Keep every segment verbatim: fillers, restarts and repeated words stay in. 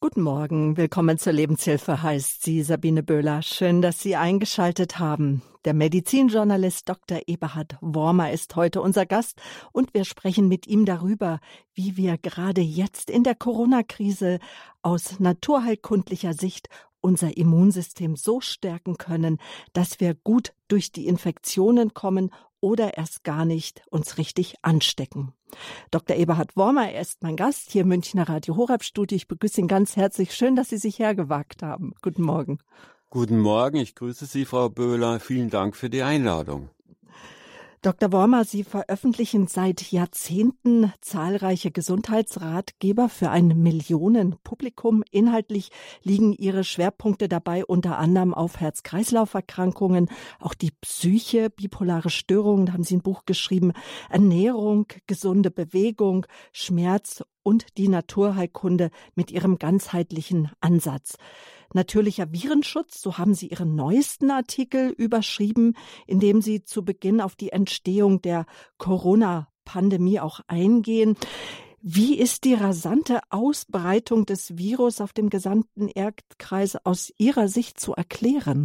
Guten Morgen, willkommen zur Lebenshilfe, heißt sie, Sabine Böhler. Schön, dass Sie eingeschaltet haben. Der Medizinjournalist Doktor Eberhard Wormer ist heute unser Gast und wir sprechen mit ihm darüber, wie wir gerade jetzt in der Corona-Krise aus naturheilkundlicher Sicht unser Immunsystem so stärken können, dass wir gut durch die Infektionen kommen oder erst gar nicht uns richtig anstecken. Doktor Eberhard Wormer, er ist mein Gast hier im Münchner Radio Horeb Studio. Ich begrüße ihn ganz herzlich. Schön, dass Sie sich hergewagt haben. Guten Morgen. Guten Morgen, ich grüße Sie, Frau Böhler. Vielen Dank für die Einladung. Doktor Wormer, Sie veröffentlichen seit Jahrzehnten zahlreiche Gesundheitsratgeber für ein Millionenpublikum. Inhaltlich liegen Ihre Schwerpunkte dabei unter anderem auf Herz-Kreislauf-Erkrankungen, auch die Psyche, bipolare Störungen, da haben Sie ein Buch geschrieben, Ernährung, gesunde Bewegung, Schmerz und die Naturheilkunde mit ihrem ganzheitlichen Ansatz. Natürlicher Virenschutz, so haben Sie Ihren neuesten Artikel überschrieben, in dem Sie zu Beginn auf die Entstehung der Corona-Pandemie auch eingehen. Wie ist die rasante Ausbreitung des Virus auf dem gesamten Erdkreis aus Ihrer Sicht zu erklären?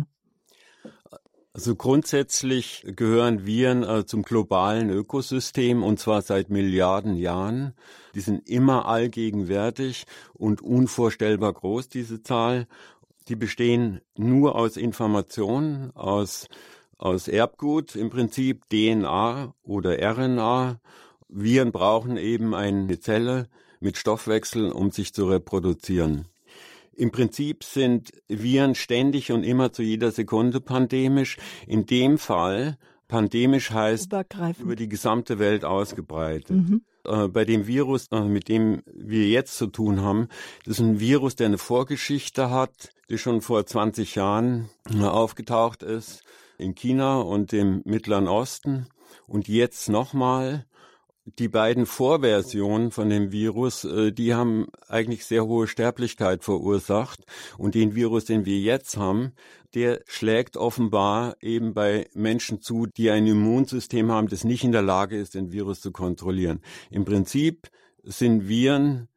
Also grundsätzlich gehören Viren äh, zum globalen Ökosystem und zwar seit Milliarden Jahren. Die sind immer allgegenwärtig und unvorstellbar groß, diese Zahl. Die bestehen nur aus Informationen, aus, aus Erbgut, im Prinzip D N A oder R N A. Viren brauchen eben eine Zelle mit Stoffwechsel, um sich zu reproduzieren. Im Prinzip sind Viren ständig und immer zu jeder Sekunde pandemisch. In dem Fall, pandemisch heißt über die gesamte Welt ausgebreitet. Mhm. Äh, bei dem Virus, äh, mit dem wir jetzt zu tun haben, das ist ein Virus, der eine Vorgeschichte hat, die schon vor zwanzig Jahren äh, aufgetaucht ist in China und im Mittleren Osten. Und jetzt nochmal. Die beiden Vorversionen von dem Virus, die haben eigentlich sehr hohe Sterblichkeit verursacht. Und den Virus, den wir jetzt haben, der schlägt offenbar eben bei Menschen zu, die ein Immunsystem haben, das nicht in der Lage ist, den Virus zu kontrollieren. Im Prinzip sind Viren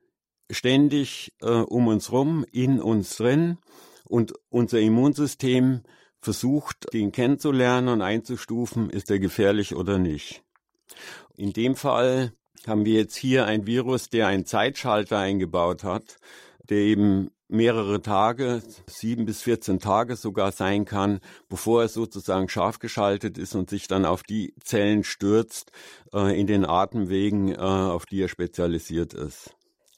ständig äh, um uns rum, in uns drin. Und unser Immunsystem versucht, den kennenzulernen und einzustufen, ist er gefährlich oder nicht. In dem Fall haben wir jetzt hier ein Virus, der einen Zeitschalter eingebaut hat, der eben mehrere Tage, sieben bis vierzehn Tage sogar sein kann, bevor er sozusagen scharf geschaltet ist und sich dann auf die Zellen stürzt, äh, in den Atemwegen, äh, auf die er spezialisiert ist.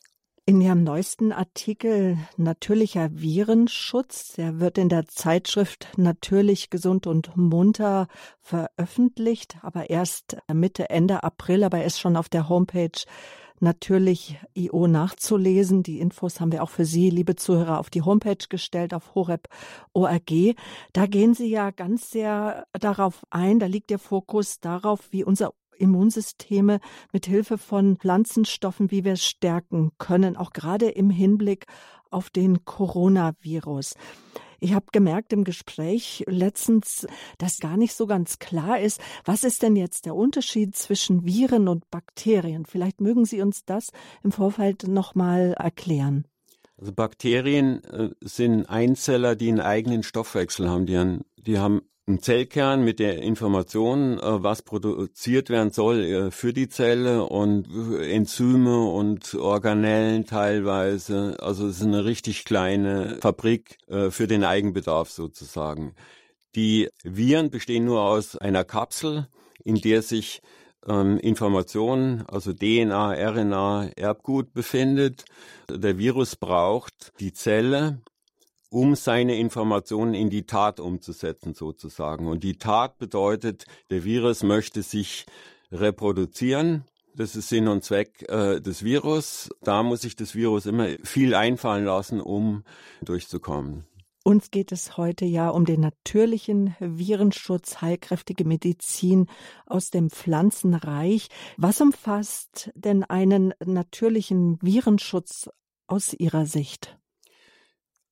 In Ihrem neuesten Artikel Natürlicher Virenschutz, der wird in der Zeitschrift Natürlich, gesund und munter veröffentlicht, aber erst Mitte, Ende April, aber er ist schon auf der Homepage natürlich punkt i o nachzulesen. Die Infos haben wir auch für Sie, liebe Zuhörer, auf die Homepage gestellt, auf horeb punkt org. Da gehen Sie ja ganz sehr darauf ein, da liegt der Fokus darauf, wie unser Immunsysteme mit Hilfe von Pflanzenstoffen, wie wir es stärken können, auch gerade im Hinblick auf den Coronavirus. Ich habe gemerkt im Gespräch letztens, dass gar nicht so ganz klar ist, was ist denn jetzt der Unterschied zwischen Viren und Bakterien? Vielleicht mögen Sie uns das im Vorfeld nochmal erklären. Also Bakterien äh, sind Einzeller, die einen eigenen Stoffwechsel haben. Die haben, die haben einen Zellkern mit der Information, äh, was produziert werden soll äh, für die Zelle und äh, Enzyme und Organellen teilweise. Also es ist eine richtig kleine Fabrik äh, für den Eigenbedarf sozusagen. Die Viren bestehen nur aus einer Kapsel, in der sich ähm, Informationen, also D N A, R N A, Erbgut befindet. Der Virus braucht die Zelle, um seine Informationen in die Tat umzusetzen sozusagen. Und die Tat bedeutet, der Virus möchte sich reproduzieren. Das ist Sinn und Zweck äh, des Virus. Da muss sich das Virus immer viel einfallen lassen, um durchzukommen. Uns geht es heute ja um den natürlichen Virenschutz, heilkräftige Medizin aus dem Pflanzenreich. Was umfasst denn einen natürlichen Virenschutz aus Ihrer Sicht?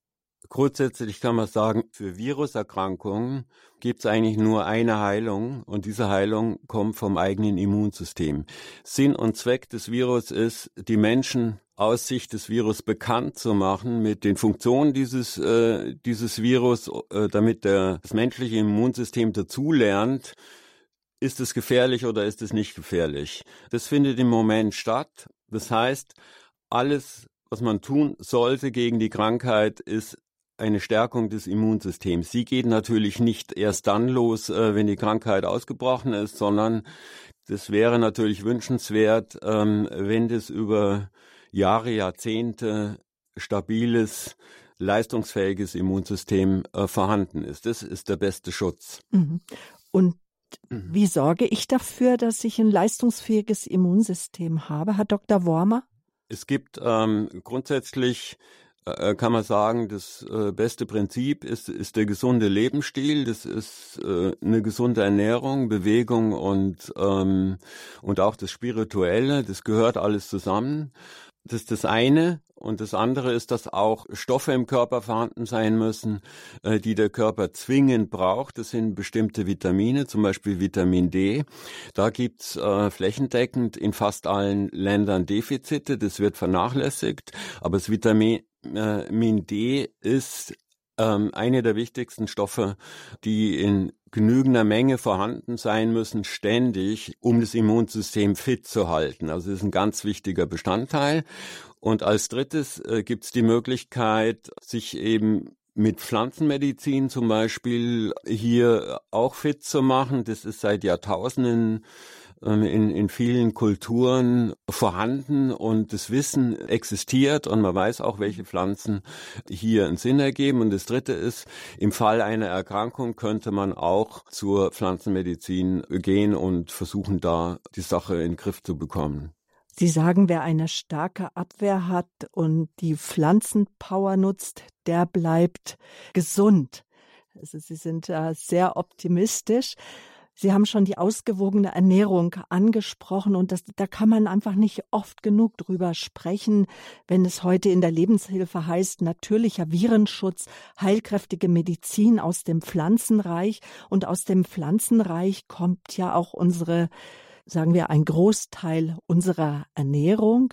Grundsätzlich kann man sagen, für Viruserkrankungen gibt es eigentlich nur eine Heilung und diese Heilung kommt vom eigenen Immunsystem. Sinn und Zweck des Virus ist, die Menschen aus Sicht des Virus bekannt zu machen mit den Funktionen dieses äh, dieses Virus, äh, damit der, das menschliche Immunsystem dazulernt, ist es gefährlich oder ist es nicht gefährlich. Das findet im Moment statt. Das heißt, alles, was man tun sollte gegen die Krankheit, ist eine Stärkung des Immunsystems. Sie geht natürlich nicht erst dann los, äh, wenn die Krankheit ausgebrochen ist, sondern das wäre natürlich wünschenswert, ähm, wenn das über Jahre, Jahrzehnte stabiles, leistungsfähiges Immunsystem äh, vorhanden ist. Das ist der beste Schutz. Mhm. Und wie sorge ich dafür, dass ich ein leistungsfähiges Immunsystem habe, Herr Doktor Wormer? Es gibt ähm, grundsätzlich äh, kann man sagen, das äh, beste Prinzip ist, ist der gesunde Lebensstil. Das ist äh, eine gesunde Ernährung, Bewegung und, ähm, und auch das Spirituelle. Das gehört alles zusammen. Das ist das eine. Und das andere ist, dass auch Stoffe im Körper vorhanden sein müssen, äh, die der Körper zwingend braucht. Das sind bestimmte Vitamine, zum Beispiel Vitamin D. Da gibt's äh, flächendeckend in fast allen Ländern Defizite. Das wird vernachlässigt. Aber das Vitamin Vitamin D ist ähm, eine der wichtigsten Stoffe, die in genügender Menge vorhanden sein müssen, ständig, um das Immunsystem fit zu halten. Also das ist ein ganz wichtiger Bestandteil. Und als drittes äh, gibt es die Möglichkeit, sich eben mit Pflanzenmedizin zum Beispiel hier auch fit zu machen. Das ist seit Jahrtausenden In, in vielen Kulturen vorhanden und das Wissen existiert und man weiß auch, welche Pflanzen hier einen Sinn ergeben. Und das Dritte ist, im Fall einer Erkrankung könnte man auch zur Pflanzenmedizin gehen und versuchen, da die Sache in den Griff zu bekommen. Sie sagen, wer eine starke Abwehr hat und die Pflanzenpower nutzt, der bleibt gesund. Also Sie sind äh, sehr optimistisch. Sie haben schon die ausgewogene Ernährung angesprochen und das, da kann man einfach nicht oft genug drüber sprechen, wenn es heute in der Lebenshilfe heißt, natürlicher Virenschutz, heilkräftige Medizin aus dem Pflanzenreich. Und aus dem Pflanzenreich kommt ja auch unsere, sagen wir, ein Großteil unserer Ernährung.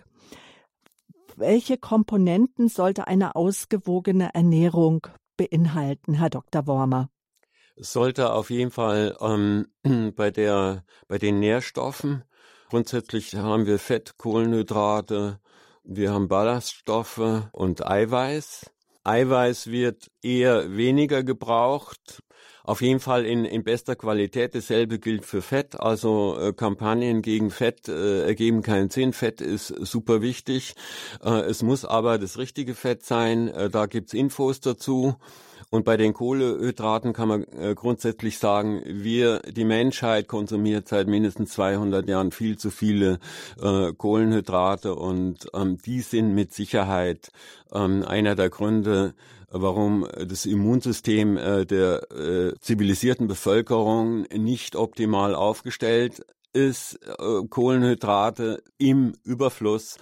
Welche Komponenten sollte eine ausgewogene Ernährung beinhalten, Herr Doktor Wormer? Es sollte auf jeden Fall ähm, bei der bei den Nährstoffen, grundsätzlich haben wir Fett, Kohlenhydrate, wir haben Ballaststoffe und Eiweiß. Eiweiß wird eher weniger gebraucht, auf jeden Fall in, in bester Qualität. Dasselbe gilt für Fett, also äh, Kampagnen gegen Fett äh, ergeben keinen Sinn. Fett ist super wichtig, äh, es muss aber das richtige Fett sein, äh, da gibt's Infos dazu. Und bei den Kohlenhydraten kann man äh, grundsätzlich sagen, wir, die Menschheit konsumiert seit mindestens zweihundert Jahren viel zu viele äh, Kohlenhydrate und ähm, die sind mit Sicherheit ähm, einer der Gründe, warum das Immunsystem äh, der äh, zivilisierten Bevölkerung nicht optimal aufgestellt ist. Äh, Kohlenhydrate im Überfluss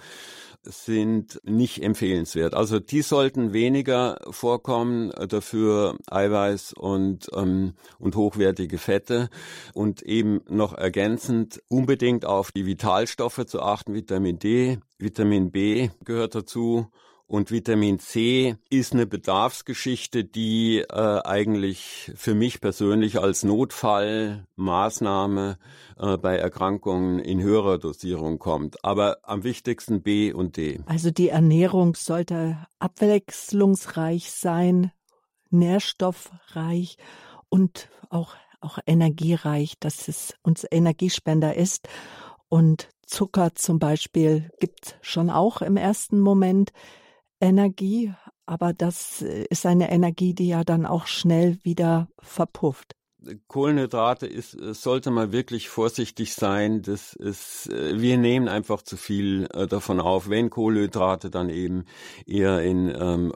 sind nicht empfehlenswert. Also die sollten weniger vorkommen, dafür Eiweiß und ähm, und hochwertige Fette und eben noch ergänzend unbedingt auf die Vitalstoffe zu achten. Vitamin D, Vitamin B gehört dazu. Und Vitamin C ist eine Bedarfsgeschichte, die äh, eigentlich für mich persönlich als Notfallmaßnahme äh, bei Erkrankungen in höherer Dosierung kommt. Aber am wichtigsten B und D. Also die Ernährung sollte abwechslungsreich sein, nährstoffreich und auch, auch energiereich, dass es uns Energiespender ist. Und Zucker zum Beispiel gibt schon auch im ersten Moment Energie, aber das ist eine Energie, die ja dann auch schnell wieder verpufft. Kohlenhydrate ist, sollte man wirklich vorsichtig sein. Das ist, wir nehmen einfach zu viel davon auf. Wenn Kohlenhydrate, dann eben eher in ähm,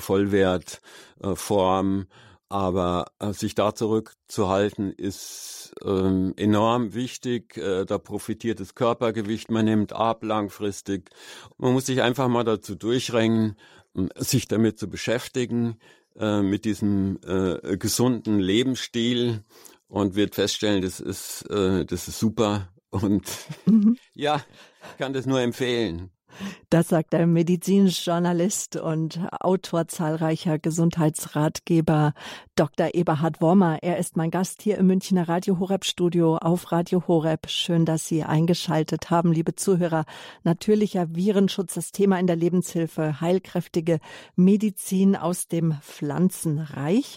Vollwertform. Aber äh, sich da zurückzuhalten ist ähm, enorm wichtig. Äh, da profitiert das Körpergewicht, man nimmt ab langfristig. Man muss sich einfach mal dazu durchringen, sich damit zu beschäftigen. äh, mit diesem äh, gesunden Lebensstil und wird feststellen, das ist, äh, das ist super und Mhm. ja, ich kann das nur empfehlen. Das sagt der Medizinjournalist und Autor zahlreicher Gesundheitsratgeber Doktor Eberhard Wormer. Er ist mein Gast hier im Münchner Radio Horeb Studio auf Radio Horeb. Schön, dass Sie eingeschaltet haben, liebe Zuhörer. Natürlicher Virenschutz, das Thema in der Lebenshilfe, heilkräftige Medizin aus dem Pflanzenreich.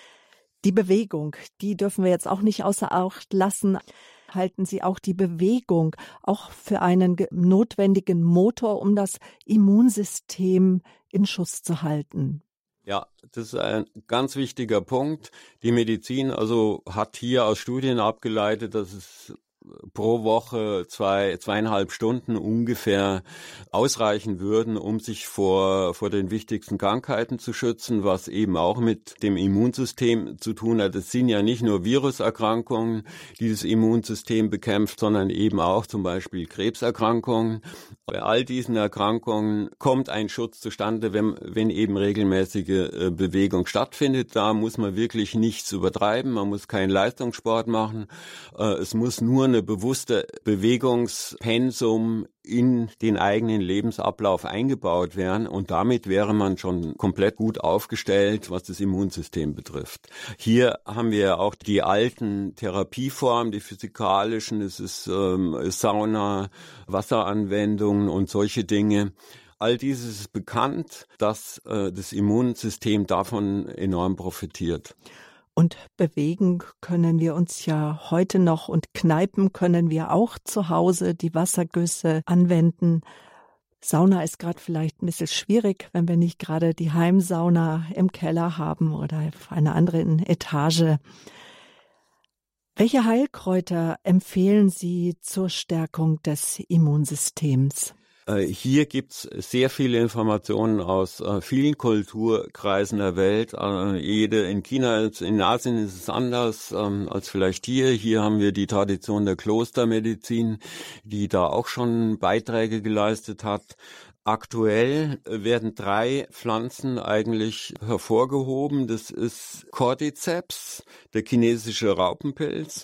Die Bewegung, die dürfen wir jetzt auch nicht außer Acht lassen. Halten Sie auch die Bewegung auch für einen notwendigen Motor, um das Immunsystem in Schuss zu halten? Ja, das ist ein ganz wichtiger Punkt. Die Medizin also hat hier aus Studien abgeleitet, dass es pro Woche zwei, zweieinhalb Stunden ungefähr ausreichen würden, um sich vor, vor den wichtigsten Krankheiten zu schützen, was eben auch mit dem Immunsystem zu tun hat. Es sind ja nicht nur Viruserkrankungen, die das Immunsystem bekämpft, sondern eben auch zum Beispiel Krebserkrankungen. Bei all diesen Erkrankungen kommt ein Schutz zustande, wenn, wenn eben regelmäßige Bewegung stattfindet. Da muss man wirklich nichts übertreiben, man muss keinen Leistungssport machen, es muss nur eine bewusste Bewegungspensum in den eigenen Lebensablauf eingebaut werden und damit wäre man schon komplett gut aufgestellt, was das Immunsystem betrifft. Hier haben wir auch die alten Therapieformen, die physikalischen, es ist ähm, Sauna, Wasseranwendungen und solche Dinge. All dieses ist bekannt, dass äh, das Immunsystem davon enorm profitiert. Und bewegen können wir uns ja heute noch und Kneipen können wir auch zu Hause, die Wassergüsse anwenden. Sauna ist gerade vielleicht ein bisschen schwierig, wenn wir nicht gerade die Heimsauna im Keller haben oder auf einer anderen Etage. Welche Heilkräuter empfehlen Sie zur Stärkung des Immunsystems? Hier gibt's sehr viele Informationen aus äh, vielen Kulturkreisen der Welt. Äh, jede in China, in Asien ist es anders ähm, als vielleicht hier. Hier haben wir die Tradition der Klostermedizin, die da auch schon Beiträge geleistet hat. Aktuell werden drei Pflanzen eigentlich hervorgehoben. Das ist Cordyceps, der chinesische Raupenpilz,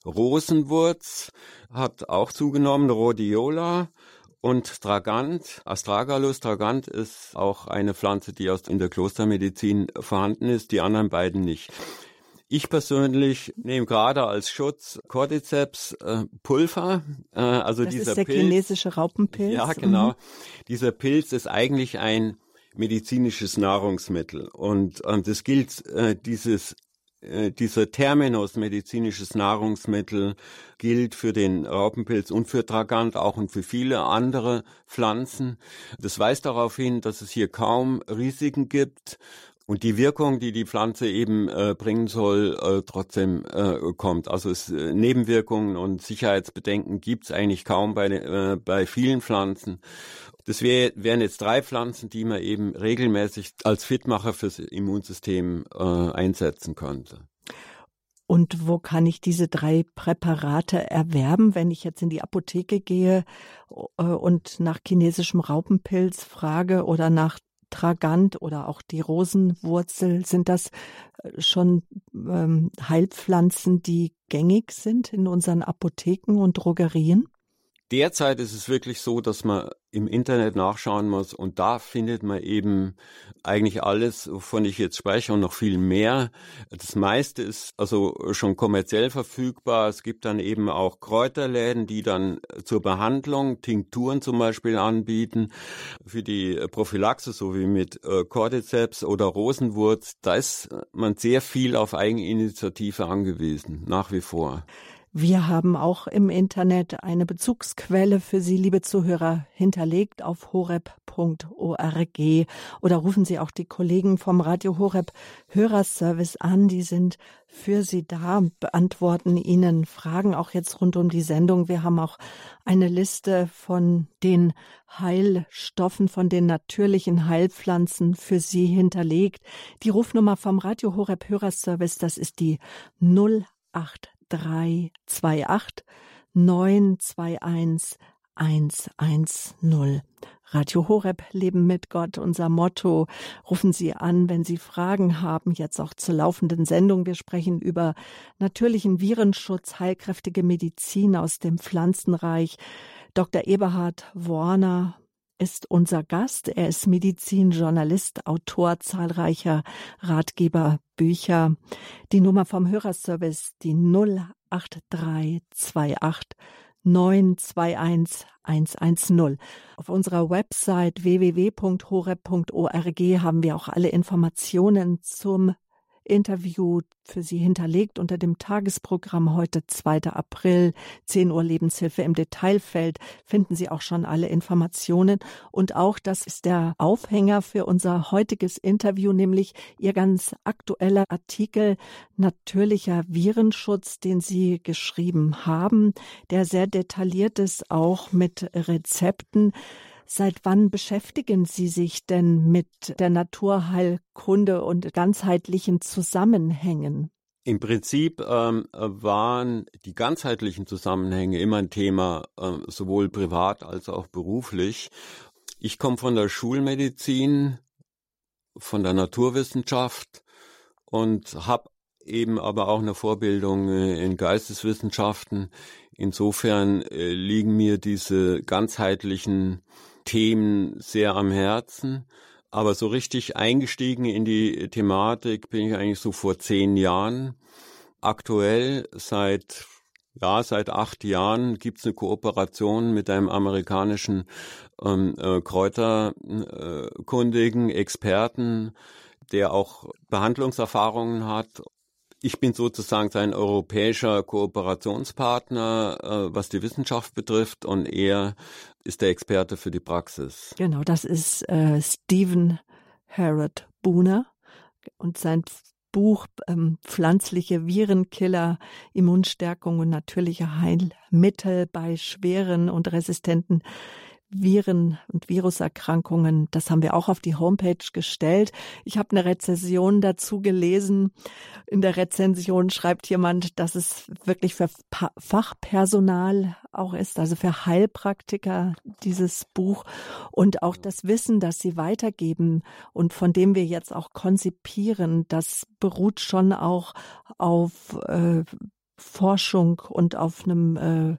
Rosenwurz hat auch zugenommen, Rhodiola. Und Tragant, Astragalus tragant ist auch eine Pflanze, die aus in der Klostermedizin vorhanden ist, die anderen beiden nicht. Ich persönlich nehme gerade als Schutz Cordyceps äh, Pulver, äh, also das dieser ist der Pilz. chinesische Raupenpilz. Ja, genau. Mhm. Dieser Pilz ist eigentlich ein medizinisches Nahrungsmittel und ähm, das gilt, äh, dieses Dieser Terminus medizinisches Nahrungsmittel gilt für den Raupenpilz und für Tragant auch und für viele andere Pflanzen. Das weist darauf hin, dass es hier kaum Risiken gibt und die Wirkung, die die Pflanze eben äh, bringen soll, äh, trotzdem äh, kommt. Also es, äh, Nebenwirkungen und Sicherheitsbedenken gibt es eigentlich kaum bei, äh, bei vielen Pflanzen. Das wär, wären jetzt drei Pflanzen, die man eben regelmäßig als Fitmacher fürs Immunsystem äh, einsetzen könnte. Und wo kann ich diese drei Präparate erwerben, wenn ich jetzt in die Apotheke gehe äh, und nach chinesischem Raupenpilz frage oder nach Tragant oder auch die Rosenwurzel? Sind das schon ähm, Heilpflanzen, die gängig sind in unseren Apotheken und Drogerien? Derzeit ist es wirklich so, dass man im Internet nachschauen muss und da findet man eben eigentlich alles, wovon ich jetzt spreche und noch viel mehr. Das meiste ist also schon kommerziell verfügbar. Es gibt dann eben auch Kräuterläden, die dann zur Behandlung Tinkturen zum Beispiel anbieten. Für die Prophylaxe, so wie mit Cordyceps oder Rosenwurz, da ist man sehr viel auf Eigeninitiative angewiesen, nach wie vor. Wir haben auch im Internet eine Bezugsquelle für Sie, liebe Zuhörer, hinterlegt auf horeb punkt org oder rufen Sie auch die Kollegen vom Radio Horeb Hörerservice an, die sind für Sie da, beantworten Ihnen Fragen, auch jetzt rund um die Sendung. Wir haben auch eine Liste von den Heilstoffen, von den natürlichen Heilpflanzen für Sie hinterlegt. Die Rufnummer vom Radio Horeb Hörerservice, das ist die null acht drei zwei acht neun zwei eins eins eins null. Radio Horeb, Leben mit Gott, unser Motto. Rufen Sie an, wenn Sie Fragen haben, jetzt auch zur laufenden Sendung. Wir sprechen über natürlichen Virenschutz, heilkräftige Medizin aus dem Pflanzenreich. Doktor Eberhard Worner ist unser Gast. Er ist Medizinjournalist, Autor zahlreicher Ratgeberbücher. Die Nummer vom Hörerservice, die null acht drei zwei acht neun zwei eins eins eins null. Auf unserer Website w w w punkt horeb punkt org haben wir auch alle Informationen zum Interview für Sie hinterlegt unter dem Tagesprogramm heute zweiter April, zehn Uhr Lebenshilfe im Detailfeld, finden Sie auch schon alle Informationen. Und auch das ist der Aufhänger für unser heutiges Interview, nämlich Ihr ganz aktueller Artikel Natürlicher Virenschutz, den Sie geschrieben haben, der sehr detailliert ist, auch mit Rezepten. Seit wann beschäftigen Sie sich denn mit der Naturheilkunde und ganzheitlichen Zusammenhängen? Im Prinzip ähm, waren die ganzheitlichen Zusammenhänge immer ein Thema, äh, sowohl privat als auch beruflich. Ich komme von der Schulmedizin, von der Naturwissenschaft und habe eben aber auch eine Vorbildung äh, in Geisteswissenschaften. Insofern äh, liegen mir diese ganzheitlichen Themen sehr am Herzen, aber so richtig eingestiegen in die Thematik bin ich eigentlich so vor zehn Jahren. Aktuell seit ja seit acht Jahren gibt es eine Kooperation mit einem amerikanischen ähm, äh, Kräuterkundigen, Experten, der auch Behandlungserfahrungen hat. Ich bin sozusagen sein europäischer Kooperationspartner, äh, was die Wissenschaft betrifft, und er ist der Experte für die Praxis. Genau, das ist äh, Stephen Harrod Buhner und sein Buch ähm, Pflanzliche Virenkiller, Immunstärkung und natürliche Heilmittel bei schweren und resistenten Viren- und Viruserkrankungen, das haben wir auch auf die Homepage gestellt. Ich habe eine Rezension dazu gelesen. In der Rezension schreibt jemand, dass es wirklich für Fachpersonal auch ist, also für Heilpraktiker dieses Buch, und auch das Wissen, das sie weitergeben und von dem wir jetzt auch konzipieren, das beruht schon auch auf äh, Forschung und auf einem äh,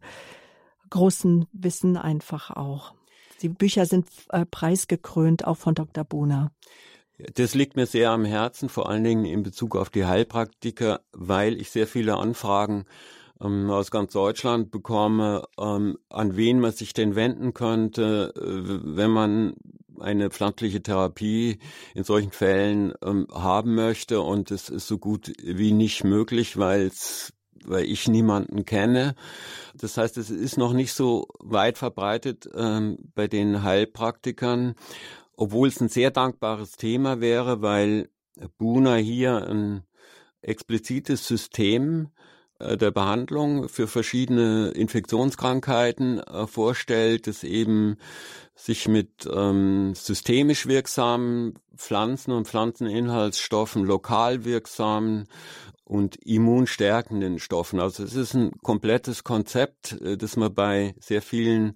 großen Wissen einfach auch. Die Bücher sind äh, preisgekrönt, auch von Doktor Buhner. Das liegt mir sehr am Herzen, vor allen Dingen in Bezug auf die Heilpraktiker, weil ich sehr viele Anfragen ähm, aus ganz Deutschland bekomme, ähm, an wen man sich denn wenden könnte, äh, wenn man eine pflanzliche Therapie in solchen Fällen ähm, haben möchte. Und es ist so gut wie nicht möglich, weil es weil ich niemanden kenne. Das heißt, es ist noch nicht so weit verbreitet ähm, bei den Heilpraktikern, obwohl es ein sehr dankbares Thema wäre, weil Buhner hier ein explizites System äh, der Behandlung für verschiedene Infektionskrankheiten äh, vorstellt, das eben sich mit ähm, systemisch wirksamen Pflanzen und Pflanzeninhaltsstoffen, lokal wirksamen und immunstärkenden Stoffen. Also es ist ein komplettes Konzept, das man bei sehr vielen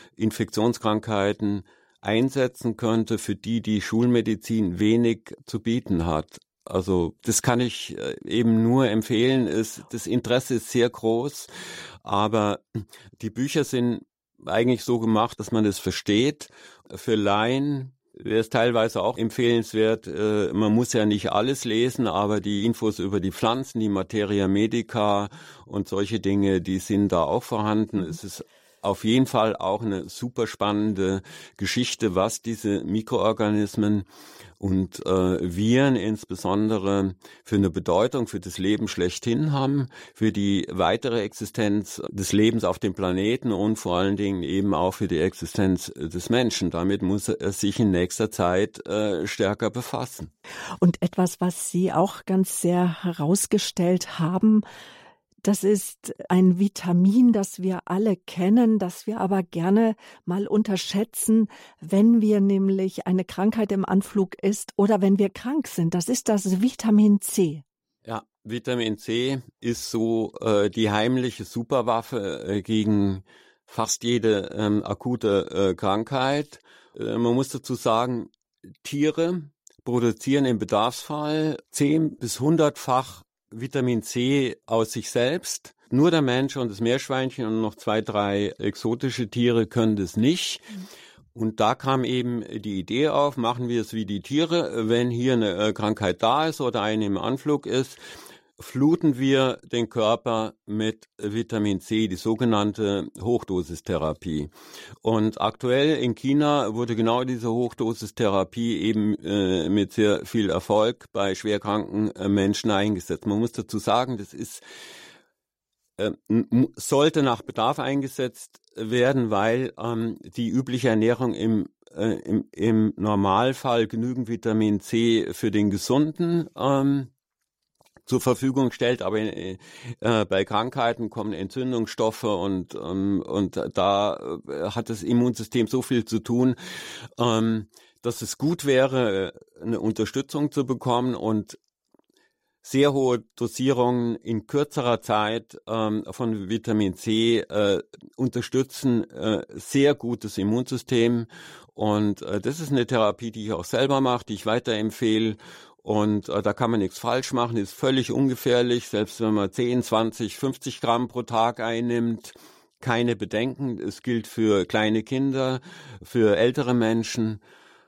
Infektionskrankheiten einsetzen könnte, für die die Schulmedizin wenig zu bieten hat. Also das kann ich eben nur empfehlen. Es, das Interesse ist sehr groß, aber die Bücher sind eigentlich so gemacht, dass man es versteht. Für Laien wäre es teilweise auch empfehlenswert, äh, man muss ja nicht alles lesen, aber die Infos über die Pflanzen, die Materia Medica und solche Dinge, die sind da auch vorhanden. Es ist auf jeden Fall auch eine super spannende Geschichte, was diese Mikroorganismen und äh, Viren insbesondere für eine Bedeutung für das Leben schlechthin haben, für die weitere Existenz des Lebens auf dem Planeten und vor allen Dingen eben auch für die Existenz des Menschen. Damit muss er sich in nächster Zeit äh, stärker befassen. Und etwas, was Sie auch ganz sehr herausgestellt haben, das ist ein Vitamin, das wir alle kennen, das wir aber gerne mal unterschätzen, wenn wir nämlich eine Krankheit im Anflug ist oder wenn wir krank sind. Das ist das Vitamin C. Ja, Vitamin C ist so äh, die heimliche Superwaffe äh, gegen fast jede ähm, akute äh, Krankheit. Äh, man muss dazu sagen, Tiere produzieren im Bedarfsfall zehn bis hundertfach Vitamin C aus sich selbst. Nur der Mensch und das Meerschweinchen und noch zwei, drei exotische Tiere können das nicht. Und da kam eben die Idee auf, machen wir es wie die Tiere, wenn hier eine Krankheit da ist oder eine im Anflug ist, fluten wir den Körper mit Vitamin C, die sogenannte Hochdosistherapie. Und aktuell in China wurde genau diese Hochdosistherapie eben äh, mit sehr viel Erfolg bei schwerkranken äh, Menschen eingesetzt. Man muss dazu sagen, das ist äh, m- sollte nach Bedarf eingesetzt werden, weil ähm, die übliche Ernährung im äh, im, im Normalfall genügend Vitamin C für den Gesunden ähm, zur Verfügung stellt, aber äh, bei Krankheiten kommen Entzündungsstoffe und ähm, und da äh, hat das Immunsystem so viel zu tun, ähm, dass es gut wäre, eine Unterstützung zu bekommen und sehr hohe Dosierungen in kürzerer Zeit ähm, von Vitamin C äh, unterstützen äh, sehr gutes Immunsystem und äh, das ist eine Therapie, die ich auch selber mache, die ich weiterempfehle. Und äh, da kann man nichts falsch machen, ist völlig ungefährlich, selbst wenn man zehn, zwanzig, fünfzig Gramm pro Tag einnimmt, keine Bedenken. Es gilt für kleine Kinder, für ältere Menschen.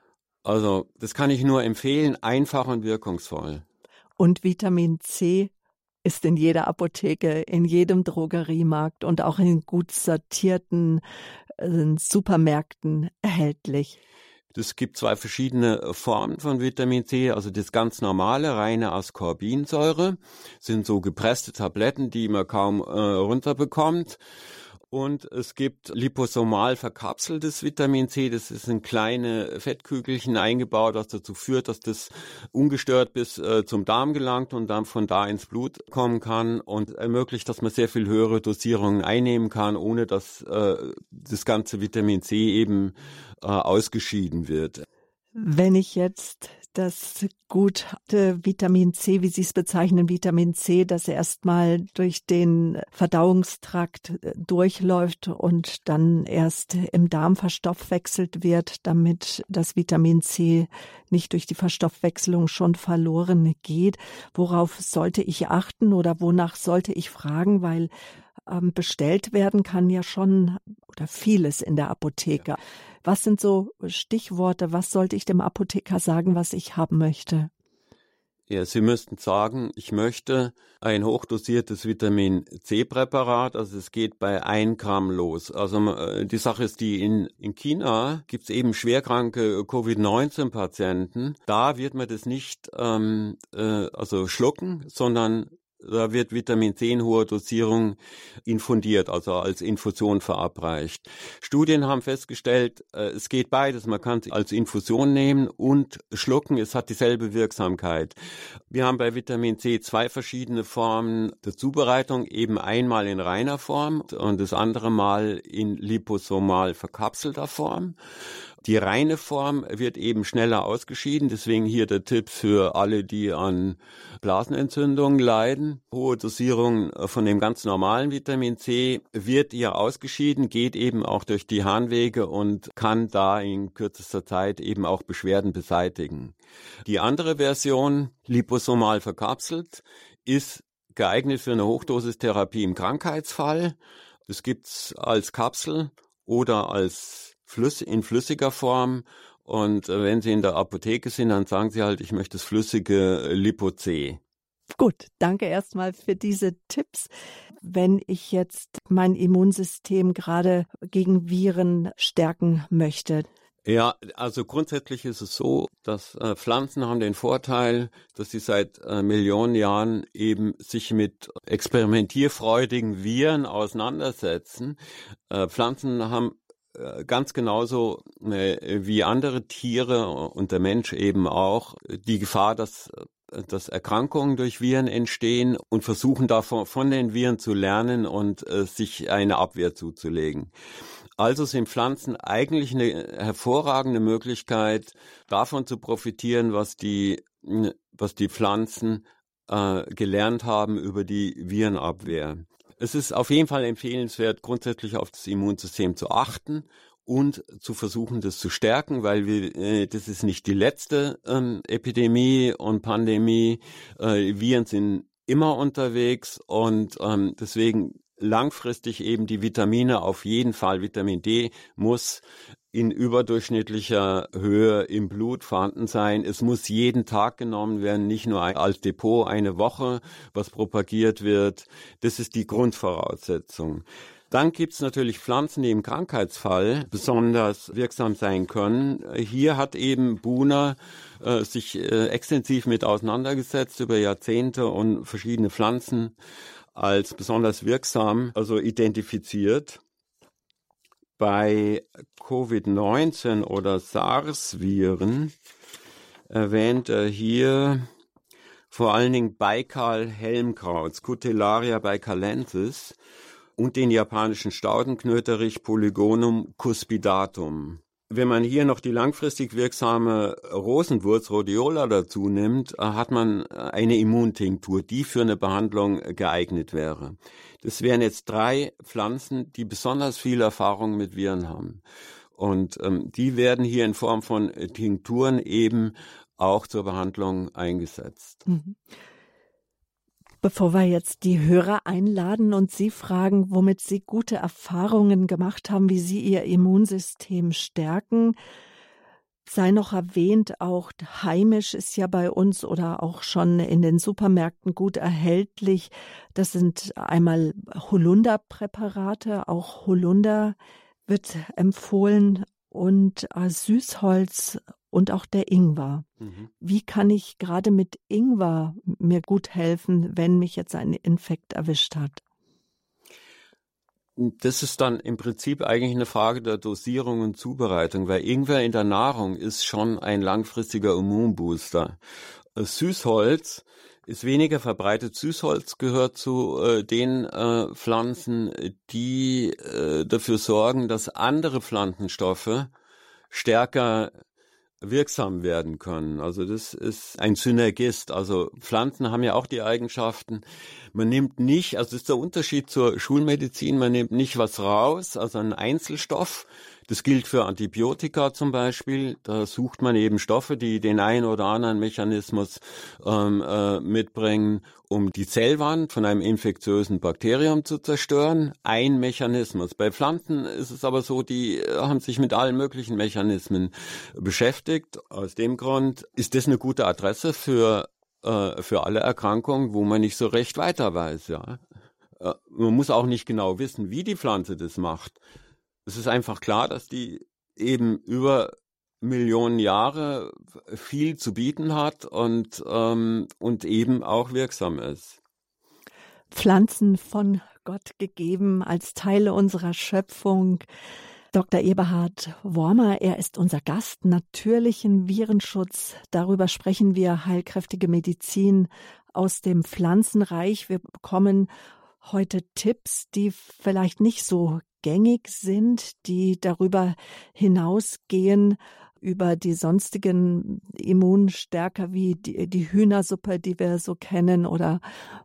Also das kann ich nur empfehlen, einfach und wirkungsvoll. Und Vitamin C ist in jeder Apotheke, in jedem Drogeriemarkt und auch in gut sortierten äh, Supermärkten erhältlich. Es gibt zwei verschiedene Formen von Vitamin C, also das ganz normale, reine Ascorbinsäure, sind so gepresste Tabletten, die man kaum äh, runterbekommt. Und es gibt liposomal verkapseltes Vitamin C, das ist in kleine Fettkügelchen eingebaut, was dazu führt, dass das ungestört bis äh, zum Darm gelangt und dann von da ins Blut kommen kann und ermöglicht, dass man sehr viel höhere Dosierungen einnehmen kann, ohne dass äh, das ganze Vitamin C eben äh, ausgeschieden wird. Wenn ich jetzt das gute Vitamin C, wie Sie es bezeichnen, Vitamin C, das erstmal durch den Verdauungstrakt durchläuft und dann erst im Darm verstoffwechselt wird, damit das Vitamin C nicht durch die Verstoffwechselung schon verloren geht. Worauf sollte ich achten oder wonach sollte ich fragen? Weil ähm, bestellt werden kann ja schon oder vieles in der Apotheke. Ja. Was sind so Stichworte? Was sollte ich dem Apotheker sagen, was ich haben möchte? Ja, Sie müssten sagen, ich möchte ein hochdosiertes Vitamin C-Präparat, also es geht bei ein Gramm los. Also die Sache ist die, in, in China gibt es eben schwerkranke Covid neunzehn Patienten. Da wird man das nicht ähm, äh, also schlucken, sondern da wird Vitamin C in hoher Dosierung infundiert, also als Infusion verabreicht. Studien haben festgestellt, es geht beides. Man kann es als Infusion nehmen und schlucken. Es hat dieselbe Wirksamkeit. Wir haben bei Vitamin C zwei verschiedene Formen der Zubereitung, eben einmal in reiner Form und das andere Mal in liposomal verkapselter Form. Die reine Form wird eben schneller ausgeschieden, deswegen hier der Tipp für alle, die an Blasenentzündungen leiden. Hohe Dosierung von dem ganz normalen Vitamin C wird hier ausgeschieden, geht eben auch durch die Harnwege und kann da in kürzester Zeit eben auch Beschwerden beseitigen. Die andere Version, liposomal verkapselt, ist geeignet für eine Hochdosistherapie im Krankheitsfall. Das gibt's als Kapsel oder als Flüss, in flüssiger Form und äh, wenn Sie in der Apotheke sind, dann sagen Sie halt, ich möchte das flüssige Lipo-C. Gut, danke erstmal für diese Tipps. Wenn ich jetzt mein Immunsystem gerade gegen Viren stärken möchte. Ja, also grundsätzlich ist es so, dass äh, Pflanzen haben den Vorteil, dass sie seit äh, Millionen Jahren eben sich mit experimentierfreudigen Viren auseinandersetzen. Äh, Pflanzen haben ganz genauso äh, wie andere Tiere und der Mensch eben auch die Gefahr, dass, dass Erkrankungen durch Viren entstehen und versuchen davon von den Viren zu lernen und äh, sich eine Abwehr zuzulegen. Also sind Pflanzen eigentlich eine hervorragende Möglichkeit, davon zu profitieren, was die, was die Pflanzen äh, gelernt haben über die Virenabwehr. Es ist auf jeden Fall empfehlenswert, grundsätzlich auf das Immunsystem zu achten und zu versuchen, das zu stärken, weil wir, äh, das ist nicht die letzte ähm, Epidemie und Pandemie. Äh, Viren sind immer unterwegs und ähm, deswegen langfristig eben die Vitamine, auf jeden Fall Vitamin D muss in überdurchschnittlicher Höhe im Blut vorhanden sein. Es muss jeden Tag genommen werden, nicht nur als Depot eine Woche, was propagiert wird. Das ist die Grundvoraussetzung. Dann gibt's natürlich Pflanzen, die im Krankheitsfall besonders wirksam sein können. Hier hat eben Buhner äh, sich äh, extensiv mit auseinandergesetzt über Jahrzehnte und verschiedene Pflanzen als besonders wirksam, also identifiziert. Bei Covid neunzehn oder SARS-Viren erwähnt er hier vor allen Dingen Baikal-Helmkraut, Scutellaria baicalensis und den japanischen Staudenknöterich Polygonum cuspidatum. Wenn man hier noch die langfristig wirksame Rosenwurz Rhodiola dazu nimmt, hat man eine Immuntinktur, die für eine Behandlung geeignet wäre. Das wären jetzt drei Pflanzen, die besonders viel Erfahrung mit Viren haben. Und ähm, die werden hier in Form von Tinkturen eben auch zur Behandlung eingesetzt. Mhm. Bevor wir jetzt die Hörer einladen und Sie fragen, womit Sie gute Erfahrungen gemacht haben, wie Sie Ihr Immunsystem stärken, sei noch erwähnt, auch heimisch ist ja bei uns oder auch schon in den Supermärkten gut erhältlich. Das sind einmal Holunderpräparate, auch Holunder wird empfohlen und äh, Süßholz und auch der Ingwer. Mhm. Wie kann ich gerade mit Ingwer mir gut helfen, wenn mich jetzt ein Infekt erwischt hat? Das ist dann im Prinzip eigentlich eine Frage der Dosierung und Zubereitung, weil Ingwer in der Nahrung ist schon ein langfristiger Immunbooster. Süßholz ist weniger verbreitet. Süßholz gehört zu äh, den äh, Pflanzen, die äh, dafür sorgen, dass andere Pflanzenstoffe stärker wirksam werden können. Also das ist ein Synergist. Also Pflanzen haben ja auch die Eigenschaften. Man nimmt nicht, also das ist der Unterschied zur Schulmedizin, man nimmt nicht was raus, also einen Einzelstoff. Das gilt für Antibiotika zum Beispiel. Da sucht man eben Stoffe, die den einen oder anderen Mechanismus ähm, äh, mitbringen, um die Zellwand von einem infektiösen Bakterium zu zerstören. Ein Mechanismus. Bei Pflanzen ist es aber so, die haben sich mit allen möglichen Mechanismen beschäftigt. Aus dem Grund ist das eine gute Adresse für äh, für alle Erkrankungen, wo man nicht so recht weiter weiß. Ja, äh, man muss auch nicht genau wissen, wie die Pflanze das macht. Es ist einfach klar, dass die eben über Millionen Jahre viel zu bieten hat und, ähm, und eben auch wirksam ist. Pflanzen von Gott gegeben als Teile unserer Schöpfung. Doktor Eberhard Wormer, er ist unser Gast, natürlichen Virenschutz. Darüber sprechen wir, heilkräftige Medizin aus dem Pflanzenreich. Wir bekommen heute Tipps, die vielleicht nicht so gängig sind, die darüber hinausgehen, über die sonstigen Immunstärker wie die, die Hühnersuppe, die wir so kennen, oder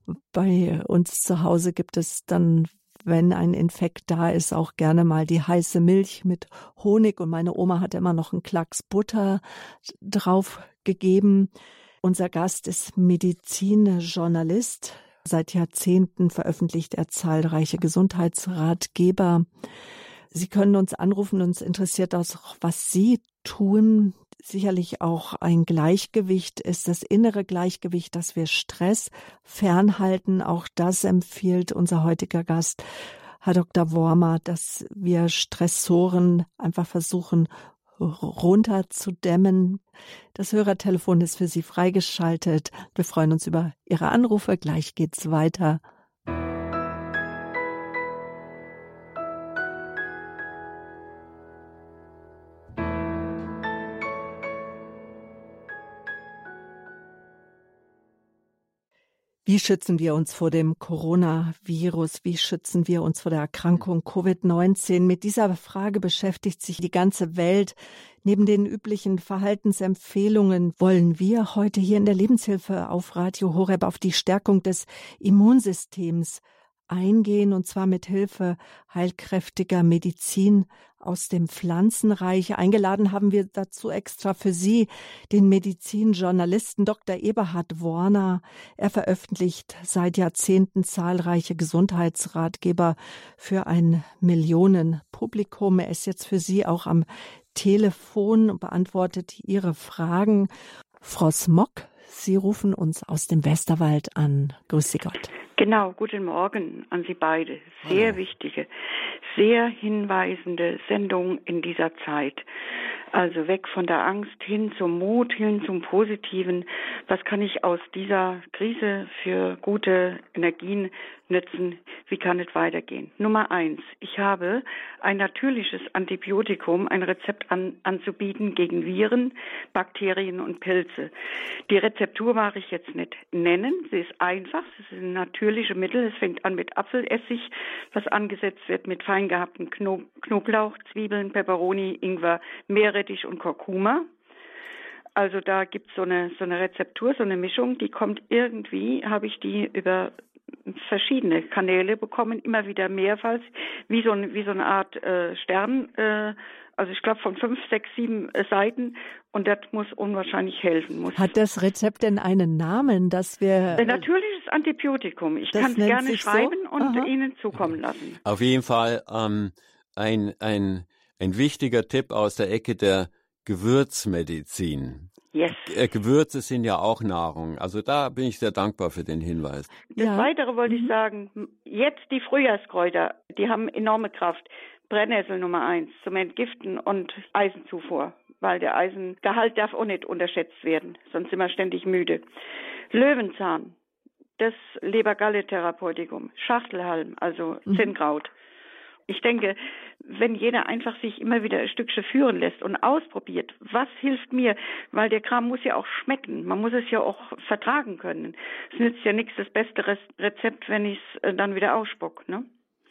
bei uns zu Hause gibt es dann, wenn ein Infekt da ist, auch gerne mal die heiße Milch mit Honig, und meine Oma hat immer noch einen Klacks Butter drauf gegeben. Unser Gast ist Medizinjournalist. Seit Jahrzehnten veröffentlicht er zahlreiche Gesundheitsratgeber. Sie können uns anrufen, uns interessiert auch, was Sie tun. Sicherlich auch ein Gleichgewicht ist das innere Gleichgewicht, dass wir Stress fernhalten. Auch das empfiehlt unser heutiger Gast, Herr Doktor Wormer, dass wir Stressoren einfach versuchen runterzudämmen. Das Hörertelefon ist für Sie freigeschaltet. Wir freuen uns über Ihre Anrufe. Gleich geht's weiter. Wie schützen wir uns vor dem Coronavirus? Wie schützen wir uns vor der Erkrankung Covid neunzehn? Mit dieser Frage beschäftigt sich die ganze Welt. Neben den üblichen Verhaltensempfehlungen wollen wir heute hier in der Lebenshilfe auf Radio Horeb auf die Stärkung des Immunsystems eingehen, und zwar mit Hilfe heilkräftiger Medizin aus dem Pflanzenreich. Eingeladen haben wir dazu extra für Sie den Medizinjournalisten Doktor Eberhard Worner. Er veröffentlicht seit Jahrzehnten zahlreiche Gesundheitsratgeber für ein Millionenpublikum. Er ist jetzt für Sie auch am Telefon und beantwortet Ihre Fragen. Frau Smok, Sie rufen uns aus dem Westerwald an. Grüß Sie Gott. Genau, guten Morgen an Sie beide. Sehr Hallo. Wichtige, sehr hinweisende Sendung in dieser Zeit. Also weg von der Angst hin zum Mut, hin zum Positiven. Was kann ich aus dieser Krise für gute Energien nutzen? Wie kann es weitergehen? Nummer eins. Ich habe ein natürliches Antibiotikum, ein Rezept an, anzubieten gegen Viren, Bakterien und Pilze. Die Rezeptur mag ich jetzt nicht nennen. Sie ist einfach. Es ist ein natürliches Mittel. Es fängt an mit Apfelessig, was angesetzt wird mit fein gehabtem Kno- Knoblauch, Zwiebeln, Peperoni, Ingwer, Meerrettich und Kurkuma. Also da gibt es so eine, so eine Rezeptur, so eine Mischung, die kommt irgendwie, habe ich die über verschiedene Kanäle bekommen, immer wieder mehrfach, wie so, ein, wie so eine Art äh, Stern, äh, also ich glaube von fünf, sechs, sieben äh, Seiten, und das muss unwahrscheinlich helfen. Muss. Hat das Rezept denn einen Namen, dass wir... Ein natürliches Antibiotikum. Ich kann es gerne schreiben so? und Aha. Ihnen zukommen lassen. Auf jeden Fall ähm, ein, ein, ein wichtiger Tipp aus der Ecke der Gewürzmedizin. Yes. Gewürze sind ja auch Nahrung. Also da bin ich sehr dankbar für den Hinweis. Das ja. Weitere wollte mhm. ich sagen, jetzt die Frühjahrskräuter, die haben enorme Kraft. Brennnessel Nummer eins zum Entgiften und Eisenzufuhr, weil der Eisengehalt darf auch nicht unterschätzt werden, sonst sind wir ständig müde. Löwenzahn, das Leber-Galle-Therapeutikum, Schachtelhalm, also mhm. Zinnkraut. Ich denke, wenn jeder einfach sich immer wieder ein Stückchen führen lässt und ausprobiert, was hilft mir, weil der Kram muss ja auch schmecken, man muss es ja auch vertragen können. Es nützt ja nichts, das beste Rezept, wenn ich es dann wieder ausspuck, ne?